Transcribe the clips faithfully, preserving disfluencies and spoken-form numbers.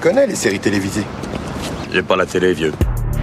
connais les séries télévisées. J'ai pas la télé, vieux.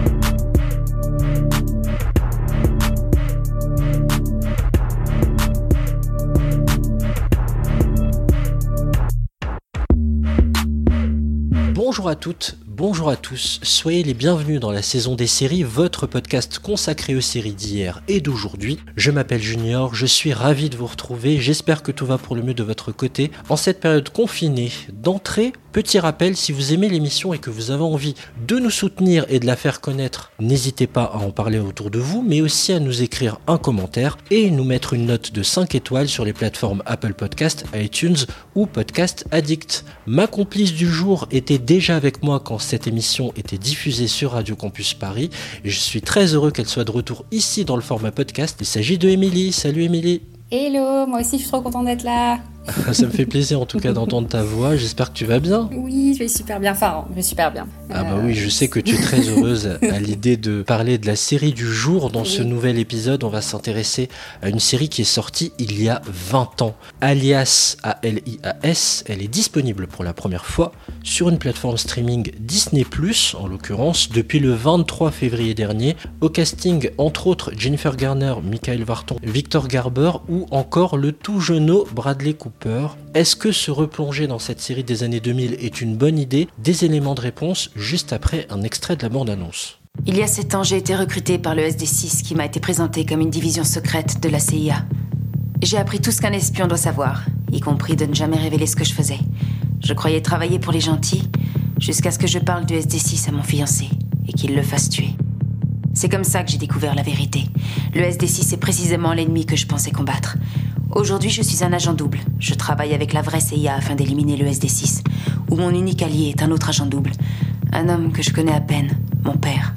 Bonjour à toutes, bonjour à tous, soyez les bienvenus dans la saison des séries, votre podcast consacré aux séries d'hier et d'aujourd'hui. Je m'appelle Junior, je suis ravi de vous retrouver, j'espère que tout va pour le mieux de votre côté. En cette période confinée, d'entrée, petit rappel, si vous aimez l'émission et que vous avez envie de nous soutenir et de la faire connaître, n'hésitez pas à en parler autour de vous, mais aussi à nous écrire un commentaire et nous mettre une note de cinq étoiles sur les plateformes Apple Podcast, iTunes ou Podcast Addict. Ma complice du jour était déjà avec moi quand cette émission était diffusée sur Radio Campus Paris et je suis très heureux qu'elle soit de retour ici dans le format podcast. Il s'agit de Émilie. Salut Émilie. Hello, moi aussi je suis trop contente d'être là. Ça me fait plaisir en tout cas d'entendre ta voix, j'espère que tu vas bien. Oui, je vais super bien, enfin, je vais super bien. Ah bah oui, je sais que tu es très heureuse à l'idée de parler de la série du jour. Dans oui. ce nouvel épisode, on va s'intéresser à une série qui est sortie il y a vingt ans. Alias, A L I A S, elle est disponible pour la première fois sur une plateforme streaming Disney plus, en l'occurrence, depuis le vingt-trois février dernier. Au casting, entre autres, Jennifer Garner, Michael Varton, Victor Garber ou encore le tout jeuneau Bradley Cooper. Est-ce que se replonger dans cette série des années deux mille est une bonne idée ? Des éléments de réponse juste après un extrait de la bande-annonce. Il y a sept ans, j'ai été recrutée par le S D six qui m'a été présenté comme une division secrète de la C I A. J'ai appris tout ce qu'un espion doit savoir, y compris de ne jamais révéler ce que je faisais. Je croyais travailler pour les gentils, jusqu'à ce que je parle du S D six à mon fiancé et qu'il le fasse tuer. C'est comme ça que j'ai découvert la vérité. Le S D six est précisément l'ennemi que je pensais combattre. Aujourd'hui, je suis un agent double. Je travaille avec la vraie C I A afin d'éliminer le S D six, où mon unique allié est un autre agent double. Un homme que je connais à peine, mon père.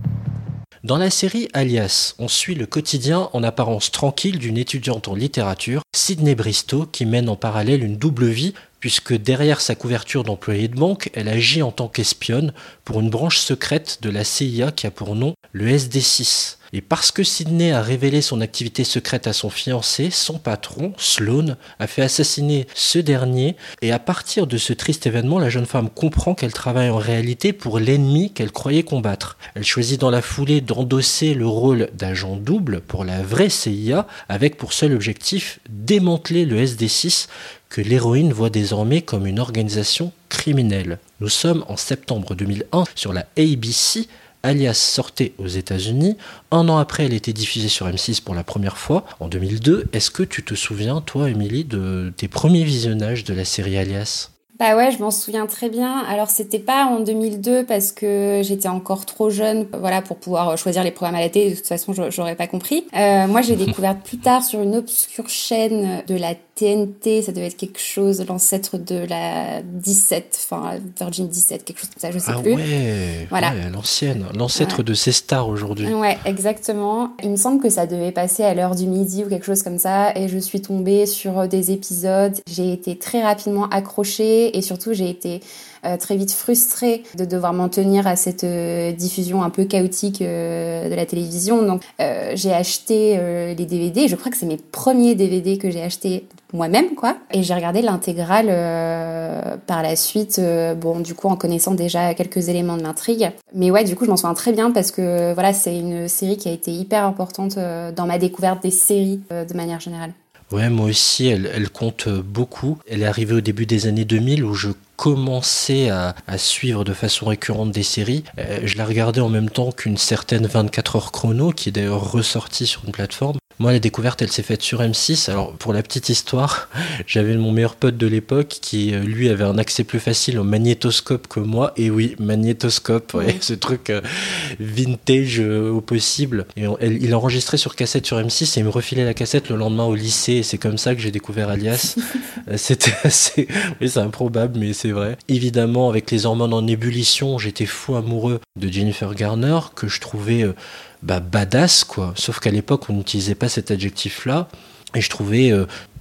Dans la série Alias, on suit le quotidien en apparence tranquille d'une étudiante en littérature, Sydney Bristow, qui mène en parallèle une double vie, puisque derrière sa couverture d'employée de banque, elle agit en tant qu'espionne pour une branche secrète de la C I A qui a pour nom le S D six. Et parce que Sydney a révélé son activité secrète à son fiancé, son patron, Sloan, a fait assassiner ce dernier. Et à partir de ce triste événement, la jeune femme comprend qu'elle travaille en réalité pour l'ennemi qu'elle croyait combattre. Elle choisit dans la foulée d'endosser le rôle d'agent double pour la vraie C I A, avec pour seul objectif démanteler le S D six, que l'héroïne voit désormais comme une organisation criminelle. Nous sommes en septembre deux mille un sur la A B C. Alias sortait aux États-Unis. Un an après, elle était diffusée sur M six pour la première fois, en deux mille deux. Est-ce que tu te souviens, toi, Émilie, de tes premiers visionnages de la série Alias ? Bah ouais, je m'en souviens très bien. Alors c'était pas en deux mille deux parce que j'étais encore trop jeune, voilà, pour pouvoir choisir les programmes à la télé. De toute façon, j'aurais pas compris. Euh, moi, j'ai découvert plus tard sur une obscure chaîne de la T N T. Ça devait être quelque chose, l'ancêtre de la dix-sept, enfin Virgin dix-sept, quelque chose comme ça, je sais ah plus. Ah ouais, voilà, ouais, l'ancienne, l'ancêtre ouais. de ces stars aujourd'hui. Ouais, exactement. Il me semble que ça devait passer à l'heure du midi ou quelque chose comme ça, et je suis tombée sur des épisodes. J'ai été très rapidement accrochée. Et surtout, j'ai été euh, très vite frustrée de devoir m'en tenir à cette euh, diffusion un peu chaotique euh, de la télévision. Donc, euh, j'ai acheté euh, les D V D. Je crois que c'est mes premiers D V D que j'ai achetés moi-même, quoi. Et j'ai regardé l'intégrale euh, par la suite, euh, bon, du coup, en connaissant déjà quelques éléments de l'intrigue. Mais ouais, du coup, je m'en souviens très bien parce que, voilà, c'est une série qui a été hyper importante euh, dans ma découverte des séries euh, de manière générale. Ouais, moi aussi, elle, elle compte beaucoup. Elle est arrivée au début des années deux mille où je commençais à, à suivre de façon récurrente des séries. Euh, je la regardais en même temps qu'une certaine vingt-quatre heures chrono, qui est d'ailleurs ressortie sur une plateforme. Moi, la découverte, elle s'est faite sur M six. Alors, pour la petite histoire, j'avais mon meilleur pote de l'époque qui, lui, avait un accès plus facile au magnétoscope que moi. Et oui, magnétoscope, ouais, ce truc euh, vintage euh, au possible. Et on, elle, il enregistrait sur cassette sur M six et il me refilait la cassette le lendemain au lycée. Et c'est comme ça que j'ai découvert Alias. C'était assez... Oui, c'est improbable, mais c'est vrai. Évidemment, avec les hormones en ébullition, j'étais fou amoureux de Jennifer Garner, que je trouvais... Euh, Bah, badass quoi, sauf qu'à l'époque on n'utilisait pas cet adjectif là et je trouvais euh,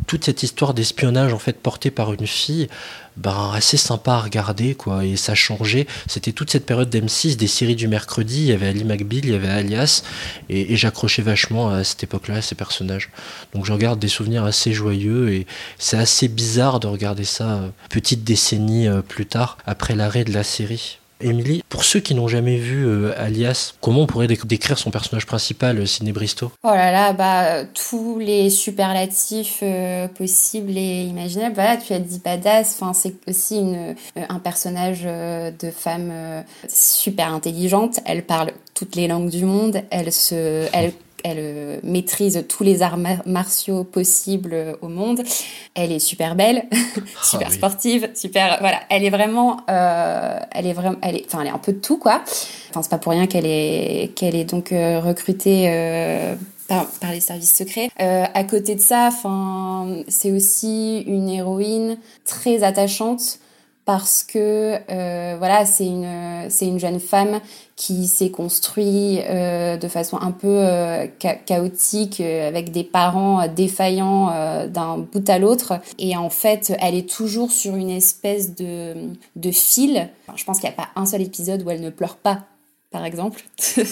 toute cette histoire d'espionnage en fait portée par une fille, ben assez sympa à regarder quoi, et ça changeait. C'était toute cette période d'M six, des séries du mercredi, il y avait Ali McBeal, il y avait Alias, et, et j'accrochais vachement à cette époque-là à ces personnages. Donc je regarde des souvenirs assez joyeux, et c'est assez bizarre de regarder ça euh, petite décennie euh, plus tard, après l'arrêt de la série. Émilie, pour ceux qui n'ont jamais vu euh, Alias, comment on pourrait dé- décrire son personnage principal, euh, Sydney Bristow ? Oh là là, bah tous les superlatifs euh, possibles et imaginables. Voilà, tu as dit badass. Enfin, c'est aussi une euh, un personnage euh, de femme euh, super intelligente. Elle parle toutes les langues du monde. Elle se, elle Elle euh, maîtrise tous les arts mar- martiaux possibles euh, au monde. Elle est super belle, super Ah oui. sportive, super. Voilà, elle est vraiment, euh, elle est vraiment, elle est, enfin, elle est un peu de tout quoi. Enfin, c'est pas pour rien qu'elle est, qu'elle est donc euh, recrutée euh, par, par les services secrets. Euh, à côté de ça, enfin, c'est aussi une héroïne très attachante. Parce que euh, voilà, c'est une c'est une jeune femme qui s'est construite euh, de façon un peu euh, cha- chaotique euh, avec des parents défaillants euh, d'un bout à l'autre, et en fait elle est toujours sur une espèce de de fil. Enfin, je pense qu'il n'y a pas un seul épisode où elle ne pleure pas, par exemple. euh,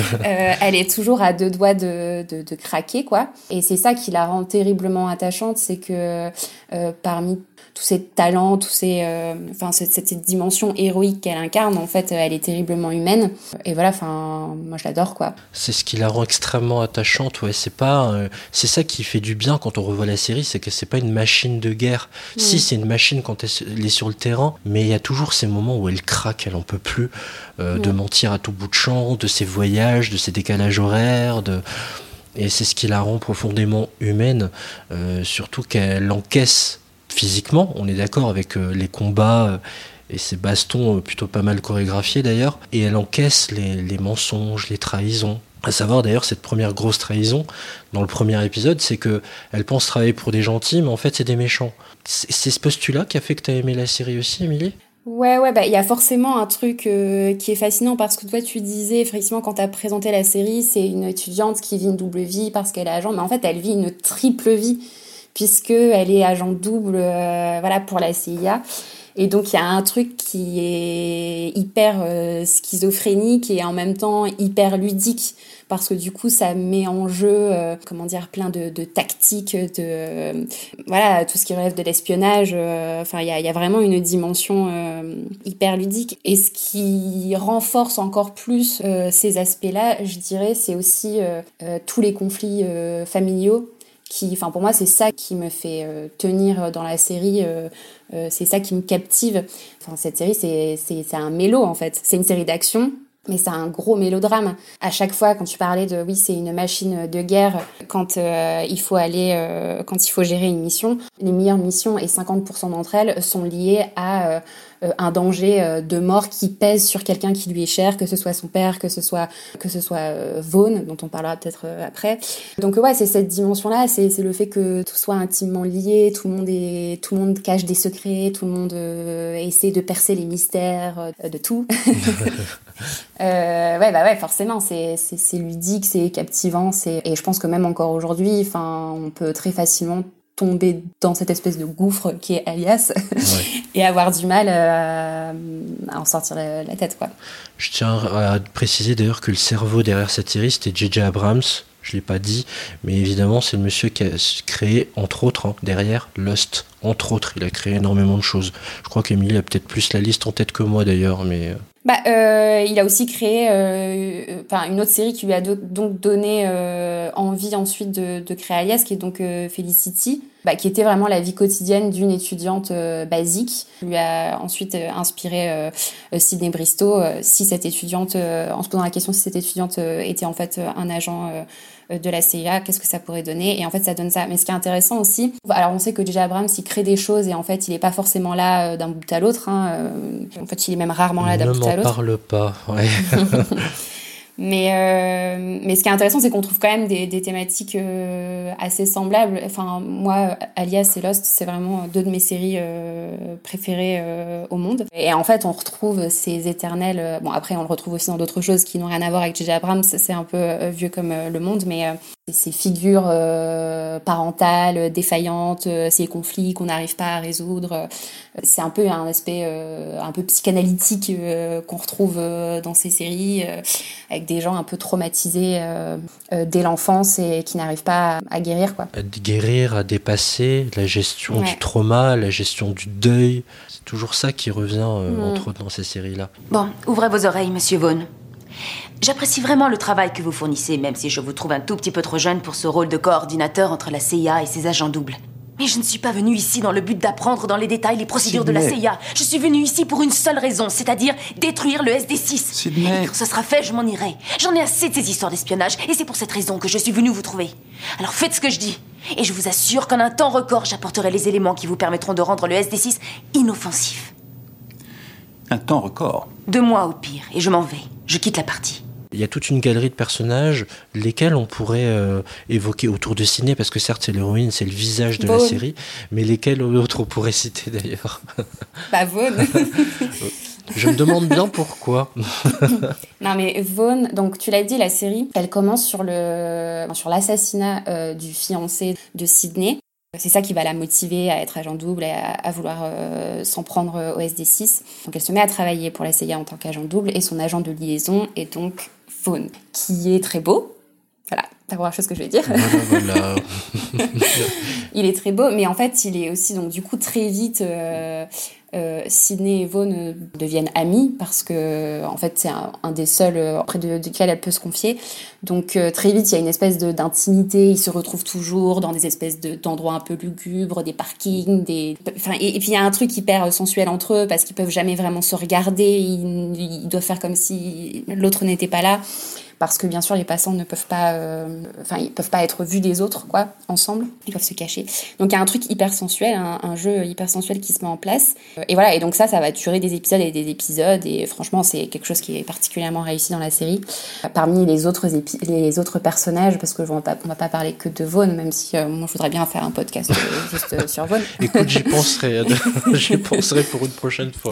elle est toujours à deux doigts de, de, de craquer, quoi. Et c'est ça qui la rend terriblement attachante, c'est que euh, parmi tous ses talents, tous ces, euh, enfin cette, cette dimension héroïque qu'elle incarne, en fait, elle est terriblement humaine. Et voilà, enfin, moi je l'adore, quoi. C'est ce qui la rend extrêmement attachante, ouais. C'est pas, euh, c'est ça qui fait du bien quand on revoit la série, c'est que c'est pas une machine de guerre. Mmh. Si, c'est une machine quand elle est sur le terrain, mais il y a toujours ces moments où elle craque, elle en peut plus euh, mmh. de mentir à tout bout de champ, de ses voyages, de ses décalages horaires, de... et c'est ce qui la rend profondément humaine, euh, surtout qu'elle encaisse physiquement, on est d'accord avec euh, les combats euh, et ces bastons euh, plutôt pas mal chorégraphiés d'ailleurs, et elle encaisse les, les mensonges, les trahisons. À savoir d'ailleurs, cette première grosse trahison dans le premier épisode, c'est que elle pense travailler pour des gentils, mais en fait c'est des méchants. C'est, c'est ce postulat qui a fait que t'as aimé la série aussi, Émilie ? Ouais, ouais, bah il y a forcément un truc euh, qui est fascinant, parce que toi tu disais effectivement quand t'as présenté la série, c'est une étudiante qui vit une double vie parce qu'elle est agent, mais en fait elle vit une triple vie, puisque elle est agent double, euh, voilà, pour la C I A. Et donc il y a un truc qui est hyper euh, schizophrénique et en même temps hyper ludique, parce que du coup ça met en jeu euh, comment dire plein de, de tactiques, de euh, voilà, tout ce qui relève de l'espionnage. Enfin euh, il y a, y a vraiment une dimension euh, hyper ludique, et ce qui renforce encore plus euh, ces aspects-là, je dirais, c'est aussi euh, euh, tous les conflits euh, familiaux. Qui, enfin pour moi c'est ça qui me fait euh, tenir dans la série, euh, euh, c'est ça qui me captive. Enfin cette série c'est c'est c'est un mélo en fait, c'est une série d'action, mais c'est un gros mélodrame. À chaque fois, quand tu parlais de oui c'est une machine de guerre, quand euh, il faut aller, euh, quand il faut gérer une mission, les meilleures missions et cinquante pour cent d'entre elles sont liées à euh, Euh, un danger euh, de mort qui pèse sur quelqu'un qui lui est cher, que ce soit son père, que ce soit que ce soit euh, Vaughn, dont on parlera peut-être euh, après. Donc ouais, c'est cette dimension-là, c'est c'est le fait que tout soit intimement lié, tout le monde est tout le monde cache des secrets, tout le monde euh, essaie de percer les mystères euh, de tout. euh, ouais bah ouais, forcément, c'est c'est c'est ludique, c'est captivant, c'est et je pense que même encore aujourd'hui, enfin, on peut très facilement tomber dans cette espèce de gouffre qui est Alias, ouais. et avoir du mal euh, à en sortir la, la tête, quoi. Je tiens à préciser d'ailleurs que le cerveau derrière cette série, c'était J J Abrams. Je l'ai pas dit, mais évidemment c'est le monsieur qui a créé, entre autres, hein, derrière Lost, entre autres, il a créé énormément de choses. Je crois qu'Emilie a peut-être plus la liste en tête que moi d'ailleurs, mais... Bah, euh, il a aussi créé euh, enfin, une autre série qui lui a do- donc donné euh, envie ensuite de, de créer Alias, qui est donc euh, Felicity, bah, qui était vraiment la vie quotidienne d'une étudiante euh, basique. Il lui a ensuite euh, inspiré euh, Sydney Bristow, euh, si cette étudiante, euh, en se posant la question si cette étudiante euh, était en fait un agent euh, de la C I A, qu'est-ce que ça pourrait donner, et en fait ça donne ça. Mais ce qui est intéressant aussi, alors on sait que J J Abrams il crée des choses et en fait il est pas forcément là euh, d'un bout à l'autre, hein. euh, en fait il est même rarement là d'un ne bout à l'autre. Ne m'en parle pas, ouais. Mais, euh, mais ce qui est intéressant, c'est qu'on trouve quand même des, des thématiques euh, assez semblables. Enfin, moi, Alias et Lost, c'est vraiment deux de mes séries euh, préférées euh, au monde. Et en fait, on retrouve ces éternels... Euh, bon, après, on le retrouve aussi dans d'autres choses qui n'ont rien à voir avec J J Abrams. C'est un peu euh, vieux comme euh, le monde, mais euh, ces figures euh, parentales défaillantes, euh, ces conflits qu'on n'arrive pas à résoudre. C'est un peu un aspect euh, un peu psychanalytique euh, qu'on retrouve euh, dans ces séries, euh, avec des gens un peu traumatisés euh, euh, dès l'enfance et qui n'arrivent pas à, à guérir, quoi. À guérir, à dépasser, la gestion Ouais. du trauma, la gestion du deuil. C'est toujours ça qui revient, euh, Mm. entre autres, dans ces séries-là. Bon, ouvrez vos oreilles, monsieur Vaughn. J'apprécie vraiment le travail que vous fournissez, même si je vous trouve un tout petit peu trop jeune pour ce rôle de coordinateur entre la C I A et ses agents doubles. Mais je ne suis pas venue ici dans le but d'apprendre dans les détails les procédures Sydney. de la C I A. Je suis venue ici pour une seule raison, c'est-à-dire détruire le S D six. Sydney. Et quand ce sera fait, je m'en irai. J'en ai assez de ces histoires d'espionnage, et c'est pour cette raison que je suis venue vous trouver. Alors faites ce que je dis. Et je vous assure qu'en un temps record, j'apporterai les éléments qui vous permettront de rendre le S D six inoffensif. Un temps record. Deux mois au pire, et je m'en vais. Je quitte la partie. Il y a toute une galerie de personnages, lesquels on pourrait euh, évoquer autour de Sydney, parce que certes, c'est l'héroïne, c'est le visage de Vaughn. la série, mais lesquels autres on pourrait citer d'ailleurs. Bah, Vaughn. Je me demande bien pourquoi. Non, mais Vaughn, donc tu l'as dit, la série, elle commence sur le sur l'assassinat euh, du fiancé de Sydney. C'est ça qui va la motiver à être agent double et à, à vouloir euh, s'en prendre au S D six. Donc elle se met à travailler pour la C I A en tant qu'agent double, et son agent de liaison est donc Vaughn, qui est très beau. Voilà, t'as compris la chose que je vais dire. Voilà, voilà. Il est très beau, mais en fait, il est aussi, donc du coup, très vite, euh, euh, Sydney et Vaughn euh, deviennent amis, parce que, en fait, c'est un, un des seuls euh, auprès de, duquel elle peut se confier. Donc, euh, très vite, il y a une espèce de, d'intimité. Ils se retrouvent toujours dans des espèces de, d'endroits un peu lugubres, des parkings, des... Enfin, et, et puis, il y a un truc hyper sensuel entre eux, parce qu'ils peuvent jamais vraiment se regarder. Ils, ils doivent faire comme si l'autre n'était pas là. Parce que bien sûr les passants ne peuvent pas, euh, enfin ils peuvent pas être vus des autres, quoi, ensemble. Ils doivent se cacher. Donc il y a un truc hyper sensuel, un, un jeu hyper sensuel qui se met en place. Et voilà. Et donc ça, ça va durer des épisodes et des épisodes. Et franchement, c'est quelque chose qui est particulièrement réussi dans la série. Parmi les autres épi- les autres personnages, parce que on va pas, on va pas parler que de Vaughn, même si euh, moi je voudrais bien faire un podcast euh, juste euh, sur Vaughn. Écoute, j'y penserai. J'y penserai pour une prochaine fois.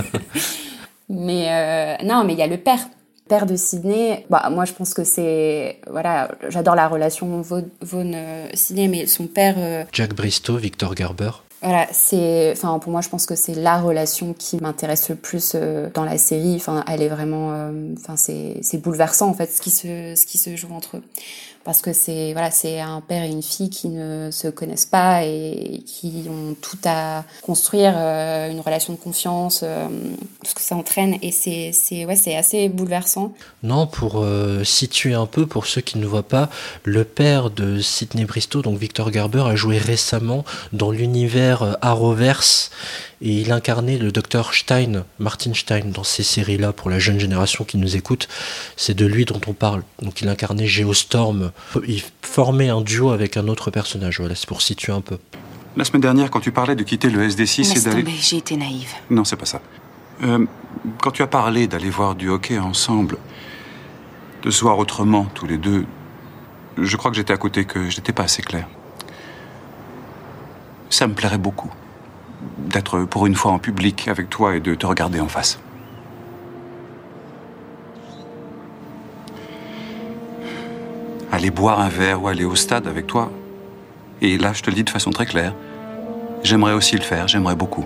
Mais euh, non, mais il y a le père. Père de Sydney, bah, moi je pense que c'est, voilà, j'adore la relation Vaughn-Sydney, mais son père... Euh, Jack Bristow, Victor Garber. Voilà, c'est, enfin pour moi je pense que c'est la relation qui m'intéresse le plus euh, dans la série. Enfin, elle est vraiment, euh, enfin c'est, c'est bouleversant en fait ce qui se, ce qui se joue entre eux, parce que c'est, voilà, c'est un père et une fille qui ne se connaissent pas et qui ont tout à construire, euh, une relation de confiance, euh, tout ce que ça entraîne, et c'est, c'est, ouais, c'est assez bouleversant. Non, pour euh, situer un peu, pour ceux qui ne voient pas, le père de Sydney Bristow, donc Victor Garber, a joué récemment dans l'univers Arrowverse, et il incarnait le docteur Stein, Martin Stein, dans ces séries-là. Pour la jeune génération qui nous écoute, c'est de lui dont on parle. Donc il incarnait Geostorm, il formait un duo avec un autre personnage. Voilà, c'est pour situer un peu. La semaine dernière, quand tu parlais de quitter le S D six et Laisse d'aller... tomber, j'ai été naïve. Non, c'est pas ça. Euh, quand tu as parlé d'aller voir du hockey ensemble, de se voir autrement, tous les deux, je crois que j'étais à côté, que j'étais pas assez clair. Ça me plairait beaucoup d'être pour une fois en public avec toi et de te regarder en face. Aller boire un verre ou aller au stade avec toi, et là, je te le dis de façon très claire, j'aimerais aussi le faire, j'aimerais beaucoup.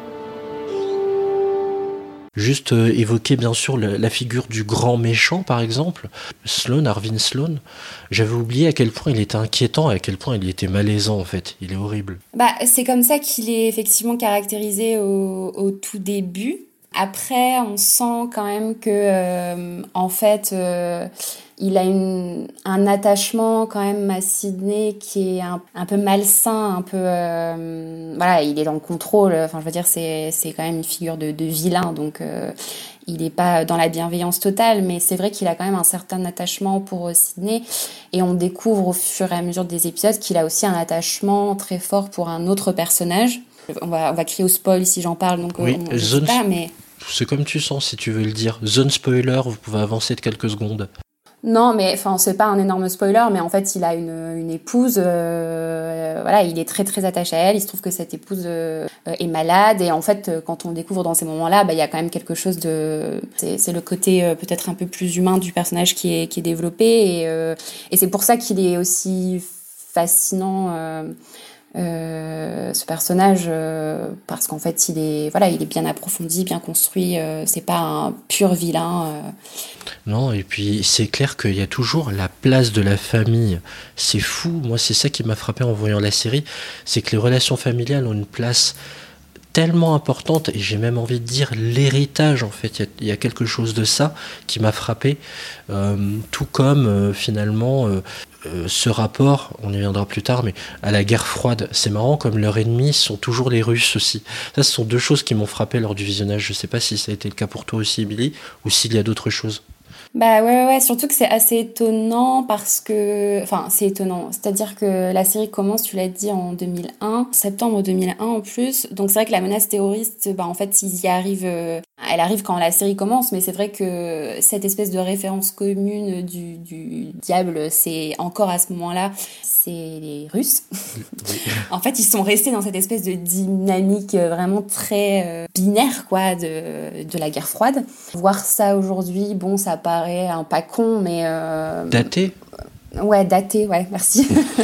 Juste euh, évoquer bien sûr le, la figure du grand méchant, par exemple, Sloan, Arvin Sloan. J'avais oublié à quel point il était inquiétant, à quel point il était malaisant en fait. Il est horrible. Bah, c'est comme ça qu'il est effectivement caractérisé au, au tout début. Après, on sent quand même que, euh, en fait, euh, il a une, un attachement quand même à Sydney qui est un, un peu malsain, un peu, euh, voilà, il est dans le contrôle. Enfin, je veux dire, c'est, c'est quand même une figure de, de vilain, donc euh, il n'est pas dans la bienveillance totale, mais c'est vrai qu'il a quand même un certain attachement pour Sydney, et on découvre au fur et à mesure des épisodes qu'il a aussi un attachement très fort pour un autre personnage. On va, on va crier au spoil si j'en parle, donc oui, on ne zone... sait pas, mais... C'est comme tu sens si tu veux le dire. Zone spoiler, vous pouvez avancer de quelques secondes. Non, mais enfin, c'est pas un énorme spoiler, mais en fait, il a une, une épouse. Euh, voilà, il est très très attaché à elle. Il se trouve que cette épouse euh, est malade, et en fait, quand on découvre dans ces moments-là, bah, il y a quand même quelque chose de. C'est, c'est le côté euh, peut-être un peu plus humain du personnage qui est qui est développé, et euh, et c'est pour ça qu'il est aussi fascinant. Euh, Euh, ce personnage euh, parce qu'en fait il est voilà il est bien approfondi, bien construit, euh, c'est pas un pur vilain euh. Non, et puis c'est clair qu'il y a toujours la place de la famille. C'est fou, moi c'est ça qui m'a frappé en voyant la série, c'est que les relations familiales ont une place tellement importante, et j'ai même envie de dire l'héritage, en fait. Il y a, il y a quelque chose de ça qui m'a frappé, euh, tout comme euh, finalement euh, euh, ce rapport, on y viendra plus tard, mais à la guerre froide. C'est marrant comme leurs ennemis sont toujours les Russes aussi. Ça, ce sont deux choses qui m'ont frappé lors du visionnage. Je sais pas si ça a été le cas pour toi aussi, Billy, ou s'il y a d'autres choses. Bah ouais, ouais, ouais, surtout que c'est assez étonnant parce que... Enfin, c'est étonnant. C'est-à-dire que la série commence, tu l'as dit, en deux mille un, septembre deux mille un en plus. Donc c'est vrai que la menace terroriste, bah en fait, ils y arrivent... Euh, elle arrive quand la série commence, mais c'est vrai que cette espèce de référence commune du, du diable, c'est encore à ce moment-là, c'est les Russes. En fait, ils sont restés dans cette espèce de dynamique vraiment très euh, binaire, quoi, de, de la guerre froide. Voir ça aujourd'hui, bon, ça paraît un pas con, mais... Euh, daté Ouais, daté, ouais, merci.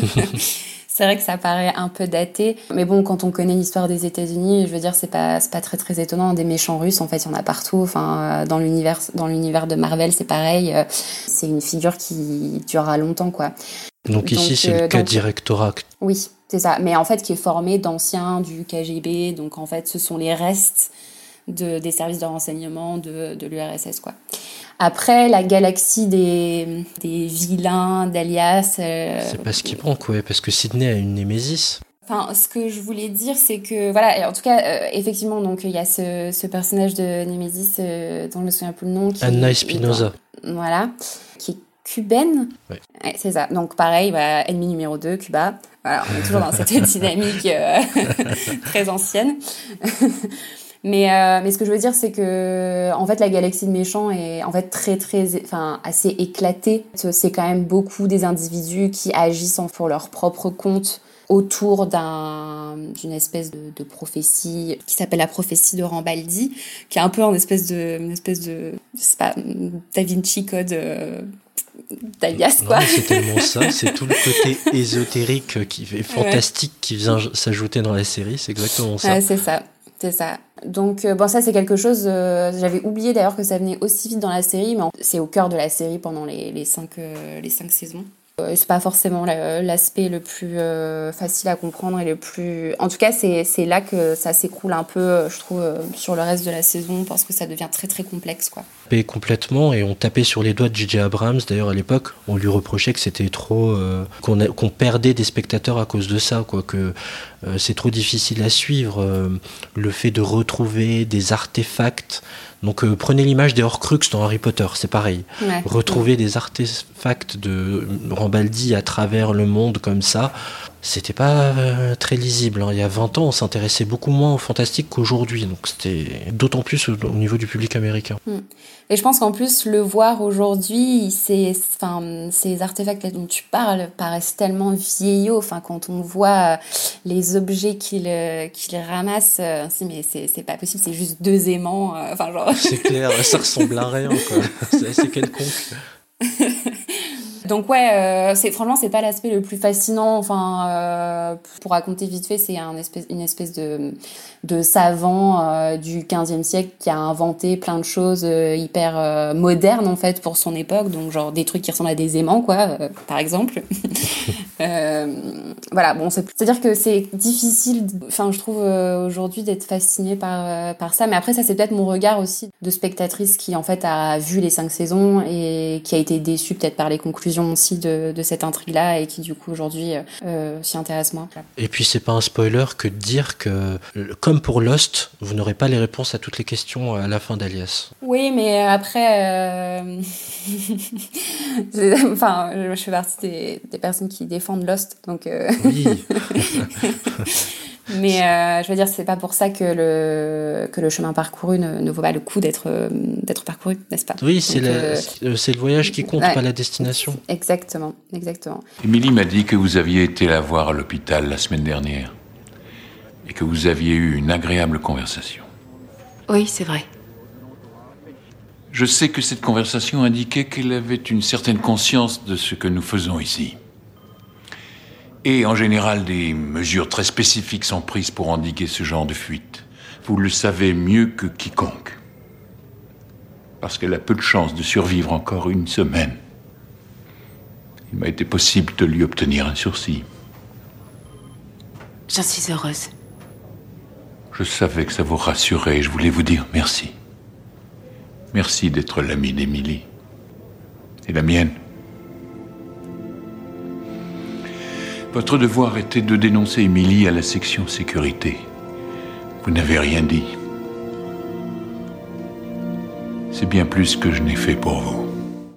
C'est vrai que ça paraît un peu daté, mais bon, quand on connaît l'histoire des États-Unis, je veux dire, c'est pas c'est pas très très étonnant. Des méchants russes, en fait, il y en a partout. Enfin, dans l'univers dans l'univers de Marvel, c'est pareil. C'est une figure qui durera longtemps, quoi. Donc, donc ici, c'est euh, le cas donc, directorat. Oui, c'est ça. Mais en fait, qui est formé d'anciens du K G B. Donc, en fait, ce sont les restes de des services de renseignement de de l'U R S S, quoi. Après, la galaxie des, des vilains, d'Alias... Euh, c'est pas ce qui manque, ouais, parce que Sydney a une némésis. Enfin, ce que je voulais dire, c'est que... Voilà, en tout cas, euh, effectivement, donc il y a ce, ce personnage de Némésis, euh, dont je me souviens plus le nom. Qui Anna Espinosa. Dans, voilà, qui est cubaine. Ouais. Ouais, c'est ça. Donc pareil, voilà, ennemi numéro deux, Cuba. Voilà, on est toujours dans cette dynamique euh, très ancienne. Mais, euh, mais ce que je veux dire, c'est que en fait, la galaxie de méchants est en fait très, très, enfin, assez éclatée. C'est quand même beaucoup des individus qui agissent pour leur propre compte autour d'un, d'une espèce de, de prophétie qui s'appelle la prophétie de Rambaldi, qui est un peu une espèce de, une espèce de, je sais pas, Da Vinci Code. Euh, d'Alias, quoi. Non, c'est tellement ça, c'est tout le côté ésotérique qui est fantastique, ouais, qui vient s'ajouter dans la série, c'est exactement ça. Ouais, c'est ça. C'est ça. Donc, euh, bon, ça, c'est quelque chose... Euh, j'avais oublié, d'ailleurs, que ça venait aussi vite dans la série, mais en, c'est au cœur de la série pendant les, les, cinq, euh, les cinq saisons. Euh, c'est pas forcément la, l'aspect le plus euh, facile à comprendre et le plus... En tout cas, c'est, c'est là que ça s'écroule un peu, je trouve, euh, sur le reste de la saison, parce que ça devient très, très complexe, quoi. Et complètement, et on tapait sur les doigts de J J Abrams, d'ailleurs, à l'époque. On lui reprochait que c'était trop... Euh, qu'on, a, qu'on perdait des spectateurs à cause de ça, quoi, que euh, c'est trop difficile à suivre. Euh, le fait de retrouver des artefacts... Donc euh, prenez l'image des Horcruxes dans Harry Potter, c'est pareil. Ouais. Retrouver ouais. des artefacts de Rambaldi à travers le monde comme ça, c'était pas euh, très lisible. Hein. Il y a vingt ans, on s'intéressait beaucoup moins au fantastique qu'aujourd'hui. Donc c'était d'autant plus au, au niveau du public américain. Mm. Et je pense qu'en plus, le voir aujourd'hui, c'est, enfin, ces artefacts dont tu parles paraissent tellement vieillots. Enfin, quand on voit les objets qu'il, qu'il ramasse, euh, si, mais c'est, c'est pas possible, c'est juste deux aimants. Euh, enfin, genre... C'est clair, ça ressemble à rien, quoi. C'est assez quelconque. Donc ouais, euh, c'est franchement c'est pas l'aspect le plus fascinant. Enfin, euh, pour raconter vite fait, c'est un espèce, une espèce de de savant euh, du quinzième siècle qui a inventé plein de choses euh, hyper euh, modernes en fait pour son époque. Donc genre des trucs qui ressemblent à des aimants quoi, euh, par exemple. euh, voilà, bon, c'est, c'est-à-dire que c'est difficile. Enfin, je trouve euh, aujourd'hui d'être fascinée par euh, par ça. Mais après ça c'est peut-être mon regard aussi de spectatrice qui en fait a vu les cinq saisons et qui a été déçue peut-être par les conclusions aussi de, de cette intrigue-là et qui du coup aujourd'hui euh, s'y intéresse moins. Et puis c'est pas un spoiler que de dire que comme pour Lost, vous n'aurez pas les réponses à toutes les questions à la fin d'Alias. Oui, mais après, euh... enfin, je fais partie des, des personnes qui défendent Lost, donc. Euh... Oui. Mais euh, je veux dire, c'est pas pour ça que le, que le chemin parcouru ne, ne vaut pas le coup d'être, d'être parcouru, n'est-ce pas? Oui, c'est, Donc, la, euh, c'est le voyage qui compte, ouais, pas la destination. Exactement, exactement. Émilie m'a dit que vous aviez été la voir à l'hôpital la semaine dernière et que vous aviez eu une agréable conversation. Oui, c'est vrai. Je sais que cette conversation indiquait qu'elle avait une certaine conscience de ce que nous faisons ici. Et en général, des mesures très spécifiques sont prises pour endiguer ce genre de fuite. Vous le savez mieux que quiconque. Parce qu'elle a peu de chances de survivre encore une semaine. Il m'a été possible de lui obtenir un sursis. J'en suis heureuse. Je savais que ça vous rassurait et je voulais vous dire merci. Merci d'être l'ami d'Émilie. Et la mienne. Votre devoir était de dénoncer Émilie à la section sécurité. Vous n'avez rien dit. C'est bien plus que je n'ai fait pour vous.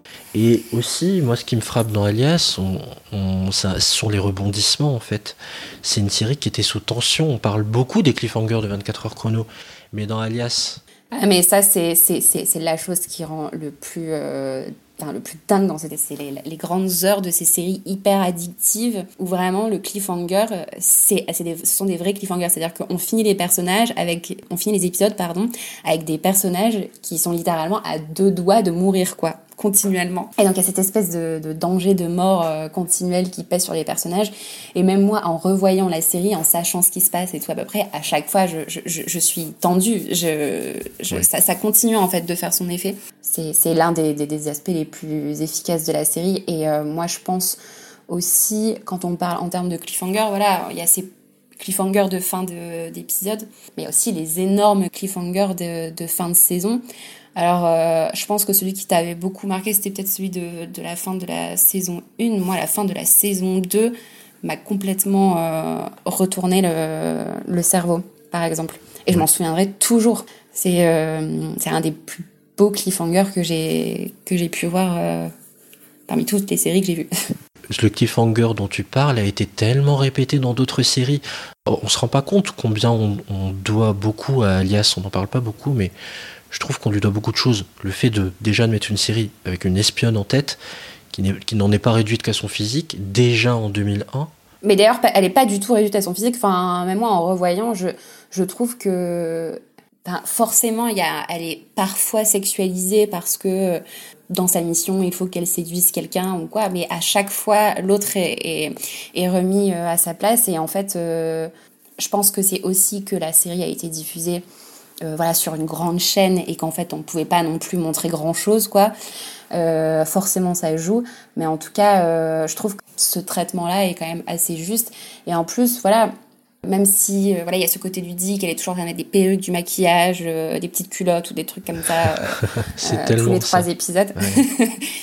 Et aussi, moi, ce qui me frappe dans Alias, on, on, ça, ce sont les rebondissements, en fait. C'est une série qui était sous tension. On parle beaucoup des cliffhangers de vingt-quatre heures chrono. Mais dans Alias... Ah, mais ça, c'est, c'est, c'est, c'est la chose qui rend le plus, euh, enfin, le plus dingue dans cette, c'est les, les grandes heures de ces séries hyper addictives où vraiment le cliffhanger, c'est, c'est des, ce sont des vrais cliffhangers. C'est-à-dire qu'on finit les personnages avec, on finit les épisodes, pardon, avec des personnages qui sont littéralement à deux doigts de mourir, quoi, continuellement. Et donc, il y a cette espèce de, de danger de mort euh, continuelle qui pèse sur les personnages. Et même moi, en revoyant la série, en sachant ce qui se passe et tout à peu près, à chaque fois, je, je, je, je suis tendue. Je, je, oui. ça, ça continue, en fait, de faire son effet. C'est, c'est l'un des, des, des aspects les plus efficaces de la série. Et euh, moi, je pense aussi, quand on parle en termes de cliffhanger, voilà, il y a ces cliffhangers de fin de, d'épisode, mais aussi les énormes cliffhangers de, de fin de saison. Alors, euh, je pense que celui qui t'avait beaucoup marqué, c'était peut-être celui de, de la fin de la saison un. Moi, la fin de la saison deux m'a complètement euh, retourné le, le cerveau, par exemple. Et je m'en souviendrai toujours. C'est, euh, c'est un des plus beaux cliffhangers que j'ai, que j'ai pu voir euh, parmi toutes les séries que j'ai vues. Le cliffhanger dont tu parles a été tellement répété dans d'autres séries. On se rend pas compte combien on, on doit beaucoup à Alias. On n'en parle pas beaucoup, mais... je trouve qu'on lui doit beaucoup de choses. Le fait de déjà de mettre une série avec une espionne en tête, qui, n'est, qui n'en est pas réduite qu'à son physique, déjà en deux mille un. Mais d'ailleurs, elle n'est pas du tout réduite à son physique. Enfin, même moi, en revoyant, je, je trouve que ben, forcément, y a, elle est parfois sexualisée parce que dans sa mission, il faut qu'elle séduise quelqu'un ou quoi. Mais à chaque fois, l'autre est, est, est remis à sa place. Et en fait, euh, je pense que c'est aussi que la série a été diffusée Euh, voilà, sur une grande chaîne et qu'en fait on ne pouvait pas non plus montrer grand chose, quoi. Euh, forcément ça joue, mais en tout cas euh, je trouve que ce traitement là est quand même assez juste. Et en plus voilà, même si euh, voilà, il y a ce côté ludique, elle est toujours en train de mettre des perruques, du maquillage, euh, des petites culottes ou des trucs comme ça euh, c'est euh, tellement tous les trois ça. épisodes. Ouais.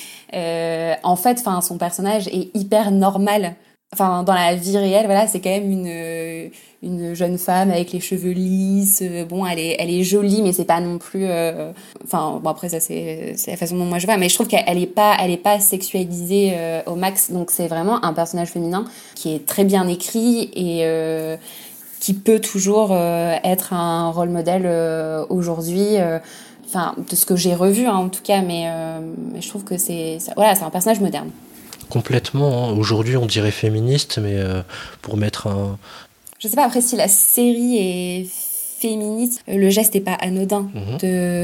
euh, en fait enfin son personnage est hyper normal. Enfin, dans la vie réelle, voilà, c'est quand même une une jeune femme avec les cheveux lisses. Bon, elle est elle est jolie, mais c'est pas non plus. Euh... Enfin, bon après ça c'est c'est la façon dont moi je vois, mais je trouve qu'elle est pas elle est pas sexualisée euh, au max. Donc c'est vraiment un personnage féminin qui est très bien écrit et euh, qui peut toujours euh, être un rôle modèle euh, aujourd'hui. Euh, Enfin, de ce que j'ai revu, hein, en tout cas, mais, euh, mais je trouve que c'est ça, voilà, c'est un personnage moderne. Complètement. Hein. Aujourd'hui, on dirait féministe, mais euh, pour mettre un... Je sais pas, après, si la série est féministe, le geste n'est pas anodin mmh.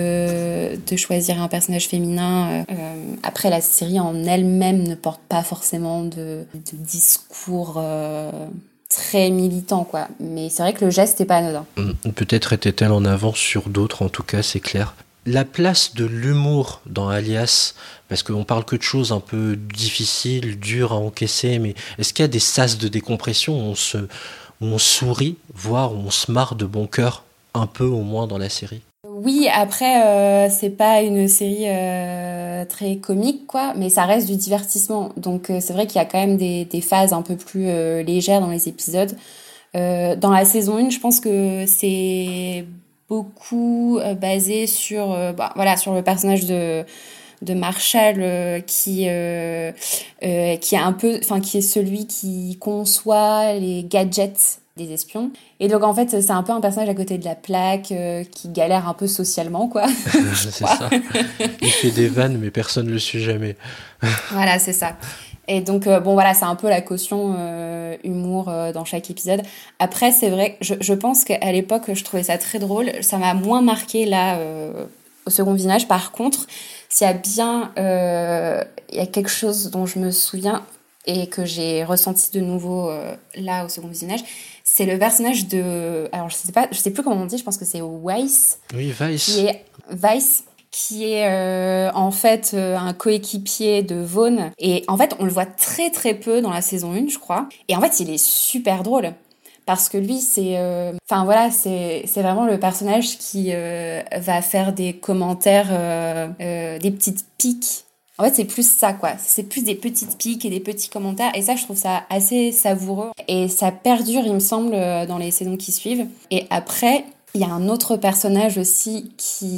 de, de choisir un personnage féminin. Euh, après, la série en elle-même ne porte pas forcément de, de discours... Euh, très militant, quoi. Mais c'est vrai que le geste n'est pas anodin. Peut-être était-elle en avance sur d'autres, en tout cas, c'est clair. La place de l'humour dans Alias, parce qu'on parle que de choses un peu difficiles, dures à encaisser, mais est-ce qu'il y a des sas de décompression où on, se, où on sourit, voire où on se marre de bon cœur, un peu au moins dans la série ? Oui, après, euh, c'est pas une série euh, très comique, quoi, mais ça reste du divertissement. Donc euh, c'est vrai qu'il y a quand même des, des phases un peu plus euh, légères dans les épisodes. Euh, dans la saison un, je pense que c'est beaucoup euh, basé sur, euh, bah, voilà, sur le personnage de de Marshall euh, qui euh, euh, qui est un peu, enfin qui est celui qui conçoit les gadgets des espions. Et donc en fait c'est un peu un personnage à côté de la plaque euh, qui galère un peu socialement quoi. C'est ça. Il fait des vannes mais personne ne le suit jamais. Voilà, c'est ça. Et donc euh, bon voilà, c'est un peu la caution euh, humour euh, dans chaque épisode. Après c'est vrai, je, je pense qu'à l'époque je trouvais ça très drôle. Ça m'a moins marqué là euh, au second visionnage. Par contre, s'il y a bien euh, il y a quelque chose dont je me souviens et que j'ai ressenti de nouveau euh, là au second visionnage, c'est le personnage de, alors je sais pas, je sais plus comment on dit, je pense que c'est Weiss. Oui, Weiss. Qui est Weiss, qui est euh, en fait euh, un coéquipier de Vaughn. Et en fait, on le voit très très peu dans la saison un, je crois. Et en fait, il est super drôle. Parce que lui, c'est, enfin euh, voilà, c'est c'est vraiment le personnage qui euh, va faire des commentaires, euh, euh, des petites piques. En fait, c'est plus ça, quoi. C'est plus des petites piques et des petits commentaires. Et ça, je trouve ça assez savoureux. Et ça perdure, il me semble, dans les saisons qui suivent. Et après, il y a un autre personnage aussi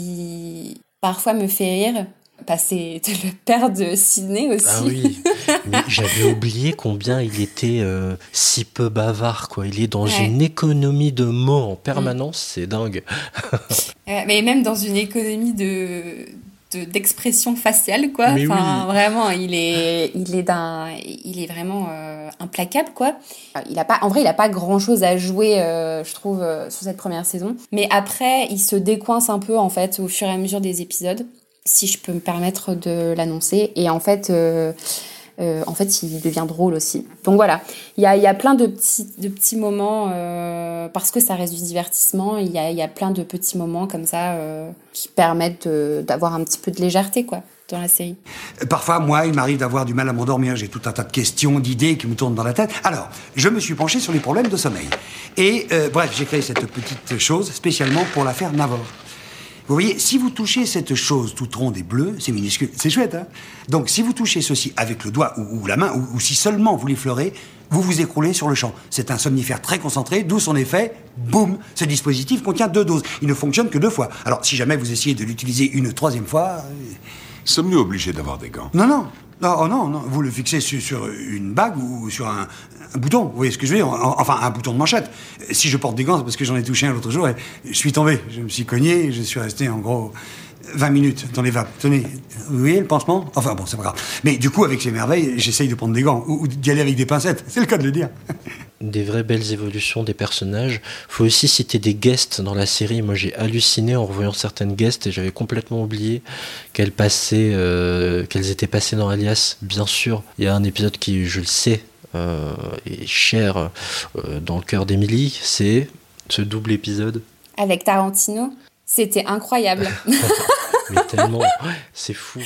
qui, parfois, me fait rire. Bah, c'est le père de Sydney aussi. Ah oui, mais j'avais oublié combien il était euh, si peu bavard, quoi. Il est dans ouais. une économie de mots en permanence, mmh. c'est dingue. euh, mais même dans une économie de... d'expression faciale quoi, mais enfin oui. Vraiment il est il est d'un il est vraiment euh, implacable quoi. Il a pas en vrai il a pas grand chose à jouer euh, je trouve euh, sur cette première saison, mais après il se décoince un peu en fait au fur et à mesure des épisodes, si je peux me permettre de l'annoncer, et en fait euh, Euh, en fait, il devient drôle aussi. Donc voilà, il y a, il y a plein de petits, de petits moments, euh, parce que ça reste du divertissement, il y a, il y a plein de petits moments comme ça euh, qui permettent de, d'avoir un petit peu de légèreté, quoi, dans la série. Parfois, moi, il m'arrive d'avoir du mal à m'endormir. J'ai tout un tas de questions, d'idées qui me tournent dans la tête. Alors, je me suis penché sur les problèmes de sommeil. Et euh, bref, j'ai créé cette petite chose spécialement pour l'affaire Navor. Vous voyez, si vous touchez cette chose toute ronde et bleue, c'est minuscule, c'est chouette, hein. Donc, si vous touchez ceci avec le doigt ou, ou la main, ou, ou si seulement vous l'effleurez, vous vous écroulez sur le champ. C'est un somnifère très concentré, d'où son effet, boum. Ce dispositif contient deux doses. Il ne fonctionne que deux fois. Alors, si jamais vous essayez de l'utiliser une troisième fois... Sommes-nous obligés d'avoir des gants? Non, non. Non, oh non, non. Vous le fixez sur, sur une bague ou sur un, un bouton. Vous voyez ce que je veux dire? Enfin, un bouton de manchette. Si je porte des gants, c'est parce que j'en ai touché un l'autre jour et je suis tombé. Je me suis cogné et je suis resté en gros vingt minutes dans les vapes. Tenez, vous voyez le pansement? Enfin bon, c'est pas grave. Mais du coup, avec ces merveilles, j'essaye de prendre des gants ou, ou d'y aller avec des pincettes. C'est le cas de le dire. Des vraies belles évolutions des personnages. Faut aussi citer des guests dans la série. Moi, j'ai halluciné en revoyant certaines guests et j'avais complètement oublié qu'elles passaient, euh, qu'elles étaient passées dans Alias. Bien sûr, il y a un épisode qui, je le sais, euh, est cher euh, dans le cœur d'Emily. C'est ce double épisode avec Tarantino. C'était incroyable. Mais tellement, c'est fou.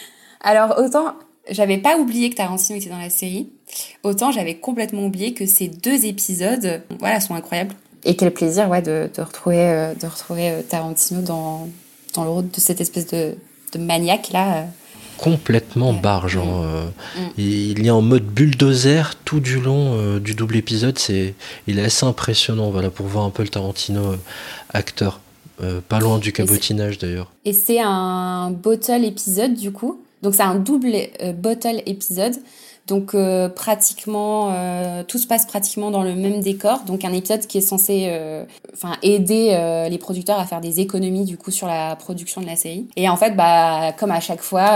Alors autant j'avais pas oublié que Tarantino était dans la série, autant j'avais complètement oublié que ces deux épisodes, voilà, sont incroyables. Et quel plaisir, ouais, de, de retrouver, euh, de retrouver euh, Tarantino dans dans le rôle de cette espèce de, de maniaque là. Euh. Complètement ouais. barge. Hein. Mmh. Mmh. Il est en mode bulldozer tout du long euh, du double épisode. C'est, il est assez impressionnant, voilà, pour voir un peu le Tarantino euh, acteur. Euh, pas loin du cabotinage d'ailleurs. Et c'est un bottle épisode du coup. Donc c'est un double euh, bottle épisode. Donc euh, pratiquement, euh, tout se passe pratiquement dans le même décor. Donc un épisode qui est censé euh, enfin, aider euh, les producteurs à faire des économies du coup sur la production de la série. Et en fait, bah, comme à chaque fois,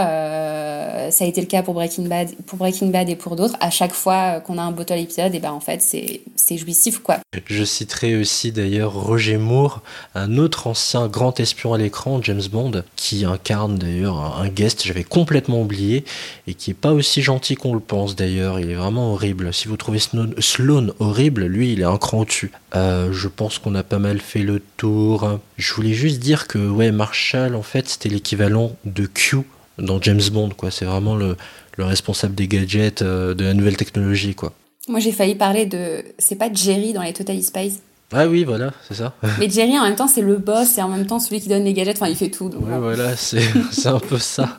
euh, ça a été le cas pour Breaking Bad, pour Breaking Bad et pour d'autres, à chaque fois qu'on a un bottle épisode, et ben en fait c'est, c'est jouissif quoi. Je citerai aussi d'ailleurs Roger Moore, un autre ancien grand espion à l'écran, James Bond, qui incarne d'ailleurs un guest, j'avais complètement oublié, et qui est pas aussi gentil qu'on le pense. D'ailleurs, il est vraiment horrible. Si vous trouvez Sloane horrible, lui, il est un cran au-dessus. Euh, je pense qu'on a pas mal fait le tour. Je voulais juste dire que, ouais, Marshall, en fait, c'était l'équivalent de Q dans James Bond, quoi. C'est vraiment le, le responsable des gadgets, euh, de la nouvelle technologie, quoi. Moi, j'ai failli parler de... C'est pas Jerry dans les Totally Spies? Ah oui, voilà, c'est ça. Mais Jerry, en même temps, c'est le boss et en même temps celui qui donne les gadgets. Enfin, il fait tout. Donc ouais, voilà, c'est, c'est un peu ça.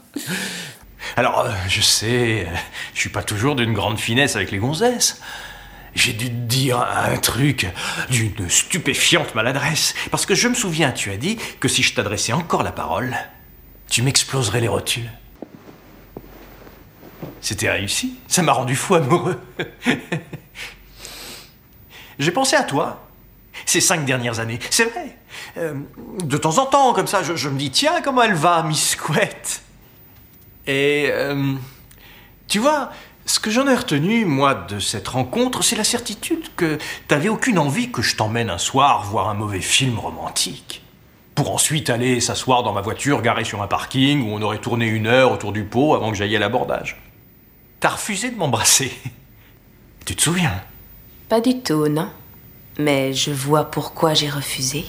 Alors, euh, je sais, euh, je suis pas toujours d'une grande finesse avec les gonzesses. J'ai dû te dire un truc d'une stupéfiante maladresse. Parce que je me souviens, tu as dit que si je t'adressais encore la parole, tu m'exploserais les rotules. C'était réussi. Ça m'a rendu fou amoureux. j'ai pensé à toi. Ces cinq dernières années, c'est vrai. Euh, de temps en temps, comme ça, je, je me dis, tiens, comment elle va, Miss Couette ? Et, euh, tu vois, ce que j'en ai retenu, moi, de cette rencontre, c'est la certitude que t'avais aucune envie que je t'emmène un soir voir un mauvais film romantique. Pour ensuite aller s'asseoir dans ma voiture garée sur un parking où on aurait tourné une heure autour du pot avant que j'aille à l'abordage. T'as refusé de m'embrasser. Tu te souviens ? Pas du tout, non. Mais je vois pourquoi j'ai refusé.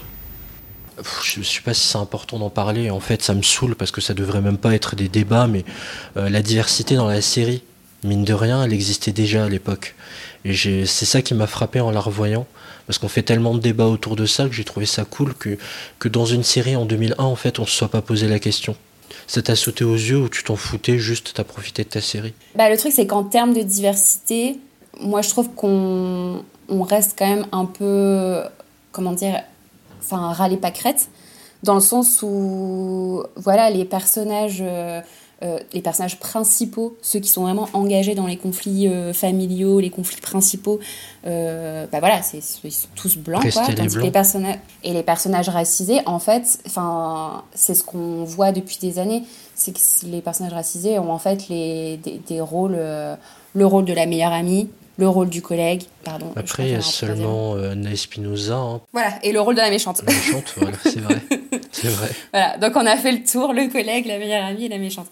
Je ne sais pas si c'est important d'en parler. En fait, ça me saoule parce que ça devrait même pas être des débats, mais euh, la diversité dans la série, mine de rien, elle existait déjà à l'époque. Et j'ai, c'est ça qui m'a frappé en la revoyant, parce qu'on fait tellement de débats autour de ça que j'ai trouvé ça cool que, que dans une série en deux mille un, en fait, on se soit pas posé la question. Ça t'a sauté aux yeux ou tu t'en foutais, juste t'as profité de ta série ? Bah, le truc, c'est qu'en termes de diversité, moi, je trouve qu'on on reste quand même un peu, comment dire, enfin, râler pas crête, dans le sens où, voilà, les personnages, euh, euh, les personnages principaux, ceux qui sont vraiment engagés dans les conflits euh, familiaux, les conflits principaux, euh, bah voilà, c'est, ils sont tous blancs, quoi, tandis les blancs. Que les personnages, et les personnages racisés, en fait, enfin, c'est ce qu'on voit depuis des années, c'est que les personnages racisés ont en fait les, des, des rôles, euh, le rôle de la meilleure amie, le rôle du collègue, pardon. Après, il y a seulement euh, Anna Espinosa. Hein. Voilà, et le rôle de la méchante. La méchante, voilà, c'est vrai. C'est vrai. Voilà, donc on a fait le tour, le collègue, la meilleure amie et la méchante.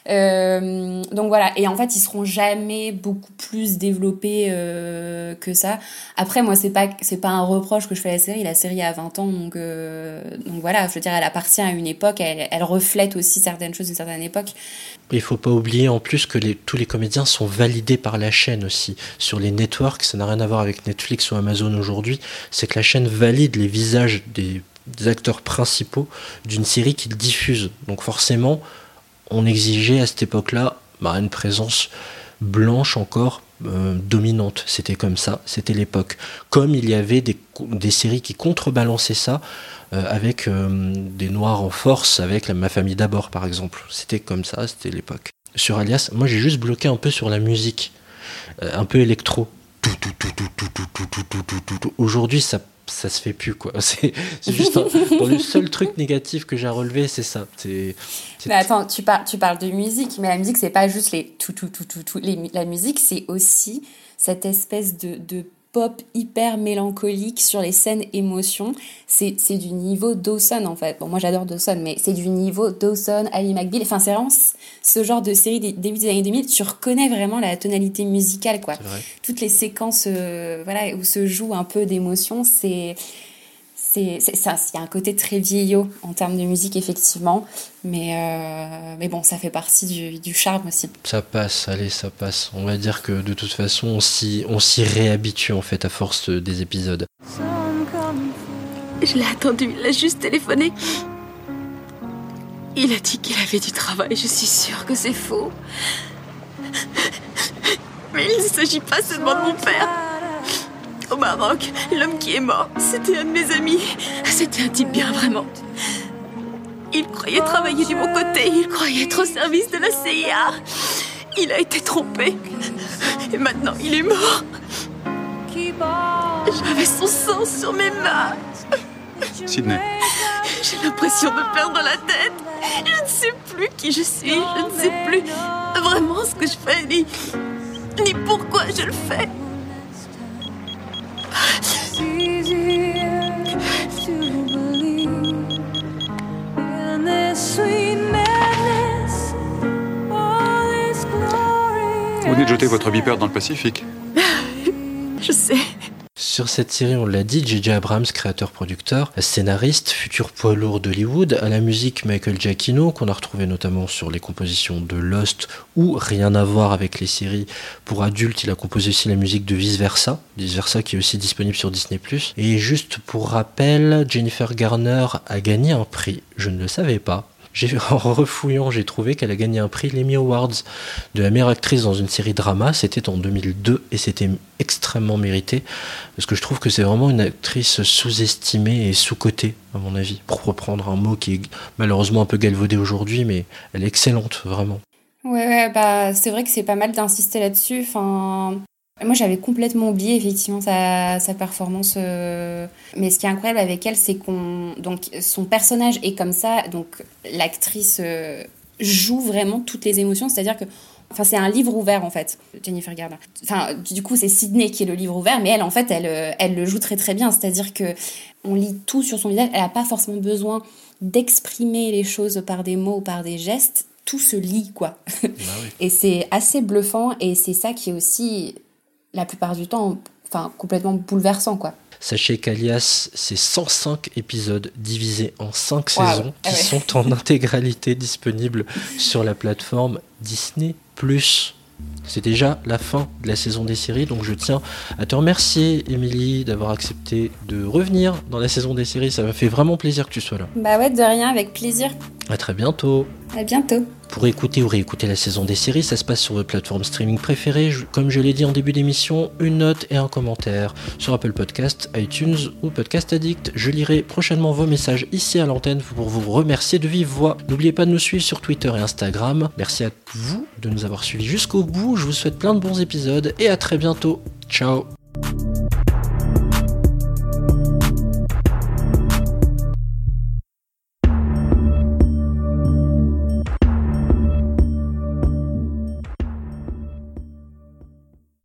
Euh, donc voilà, et en fait, ils seront jamais beaucoup plus développés euh, que ça. Après, moi, c'est pas c'est pas un reproche que je fais à la série. La série a vingt ans, donc euh, donc voilà, je veux dire, elle appartient à une époque, elle, elle reflète aussi certaines choses d'une certaine époque. Il faut pas oublier en plus que les, tous les comédiens sont validés par la chaîne aussi. Sur les networks, ça n'a rien à voir avec Netflix ou Amazon aujourd'hui, c'est que la chaîne valide les visages des, des acteurs principaux d'une série qu'ils diffusent. Donc forcément, on exigeait à cette époque-là bah, une présence blanche encore euh, dominante. C'était comme ça, c'était l'époque. Comme il y avait des, des séries qui contrebalançaient ça, Euh, avec euh, des noirs en force, avec la, Ma famille d'abord par exemple. C'était comme ça, c'était l'époque. Sur Alias, moi j'ai juste bloqué un peu sur la musique, euh, un peu électro. Tout, tout, tout, tout, tout, tout, tout, tout, tout, tout, tout, tout. Aujourd'hui, ça, ça se fait plus, quoi. C'est, c'est juste un, bon, le seul truc négatif que j'ai à relever, c'est ça. C'est, c'est... Mais attends, tu, par, tu parles de musique, mais la musique, c'est pas juste les tout, tout, tout, tout, tout. Les, la musique, c'est aussi cette espèce de, de pop hyper mélancolique sur les scènes émotions. C'est, c'est du niveau Dawson, en fait. Bon, moi, j'adore Dawson, mais c'est du niveau Dawson, Ally McBeal. Enfin, c'est vraiment ce genre de série des début des années deux mille. Tu reconnais vraiment la tonalité musicale, quoi. Toutes les séquences euh, voilà, où se joue un peu d'émotion, c'est... C'est, c'est, ça, il y a un côté très vieillot en termes de musique, effectivement. Mais, euh, mais bon, ça fait partie du, du charme aussi. Ça passe, allez, ça passe. On va dire que de toute façon, on s'y, on s'y réhabitue, en fait, à force des épisodes. Je l'ai attendu, il a juste téléphoné. Il a dit qu'il avait du travail, je suis sûre que c'est faux. Mais il ne s'agit pas seulement de mon père. Au Maroc, l'homme qui est mort, c'était un de mes amis. C'était un type bien, vraiment. Il croyait travailler du bon côté, il croyait être au service de la C I A. Il a été trompé. Et maintenant, il est mort. J'avais son sang sur mes mains. Sydney. J'ai l'impression de perdre la tête. Je ne sais plus qui je suis, je ne sais plus vraiment ce que je fais, ni, ni pourquoi je le fais. Vous venez de jeter votre beeper dans le Pacifique. Je sais. Sur cette série, on l'a dit, J J Abrams, créateur-producteur, scénariste, futur poids lourd d'Hollywood, à la musique Michael Giacchino, qu'on a retrouvé notamment sur les compositions de Lost, ou rien à voir avec les séries pour adultes, il a composé aussi la musique de Vice Versa, Vice Versa qui est aussi disponible sur Disney plus. Et juste pour rappel, Jennifer Garner a gagné un prix, je ne le savais pas. J'ai, en refouillant, j'ai trouvé qu'elle a gagné un prix, l'Emmy Awards, de la meilleure actrice dans une série drama. C'était en deux mille deux et c'était extrêmement mérité. Parce que je trouve que c'est vraiment une actrice sous-estimée et sous-cotée, à mon avis. Pour reprendre un mot qui est malheureusement un peu galvaudé aujourd'hui, mais elle est excellente, vraiment. Ouais, ouais, bah, c'est vrai que c'est pas mal d'insister là-dessus. Enfin, Moi, j'avais complètement oublié effectivement sa, sa performance. Euh... Mais ce qui est incroyable avec elle, c'est qu'on donc son personnage est comme ça. Donc l'actrice euh, joue vraiment toutes les émotions. C'est-à-dire que, enfin, c'est un livre ouvert en fait. Jennifer Garner. Enfin, du coup, c'est Sydney qui est le livre ouvert, mais elle, en fait, elle, elle le joue très très bien. C'est-à-dire que on lit tout sur son visage. Elle n'a pas forcément besoin d'exprimer les choses par des mots ou par des gestes. Tout se lit, quoi. Bah oui. Et c'est assez bluffant. Et c'est ça qui est aussi, la plupart du temps, enfin, complètement bouleversant, quoi. Sachez qu'Alias, c'est cent cinq épisodes divisés en cinq wow. saisons qui ah ouais. sont en intégralité disponibles sur la plateforme Disney plus. C'est déjà la fin de la saison des séries, donc je tiens à te remercier, Émilie, d'avoir accepté de revenir dans la saison des séries. Ça m'a fait vraiment plaisir que tu sois là. Bah ouais, de rien, avec plaisir. À très bientôt. À bientôt. Pour écouter ou réécouter la saison des séries, ça se passe sur votre plateforme streaming préférée. Comme je l'ai dit en début d'émission, une note et un commentaire sur Apple Podcast, iTunes ou Podcast Addict. Je lirai prochainement vos messages ici à l'antenne pour vous remercier de vive voix. N'oubliez pas de nous suivre sur Twitter et Instagram. Merci à vous de nous avoir suivis jusqu'au bout. Je vous souhaite plein de bons épisodes et à très bientôt. Ciao.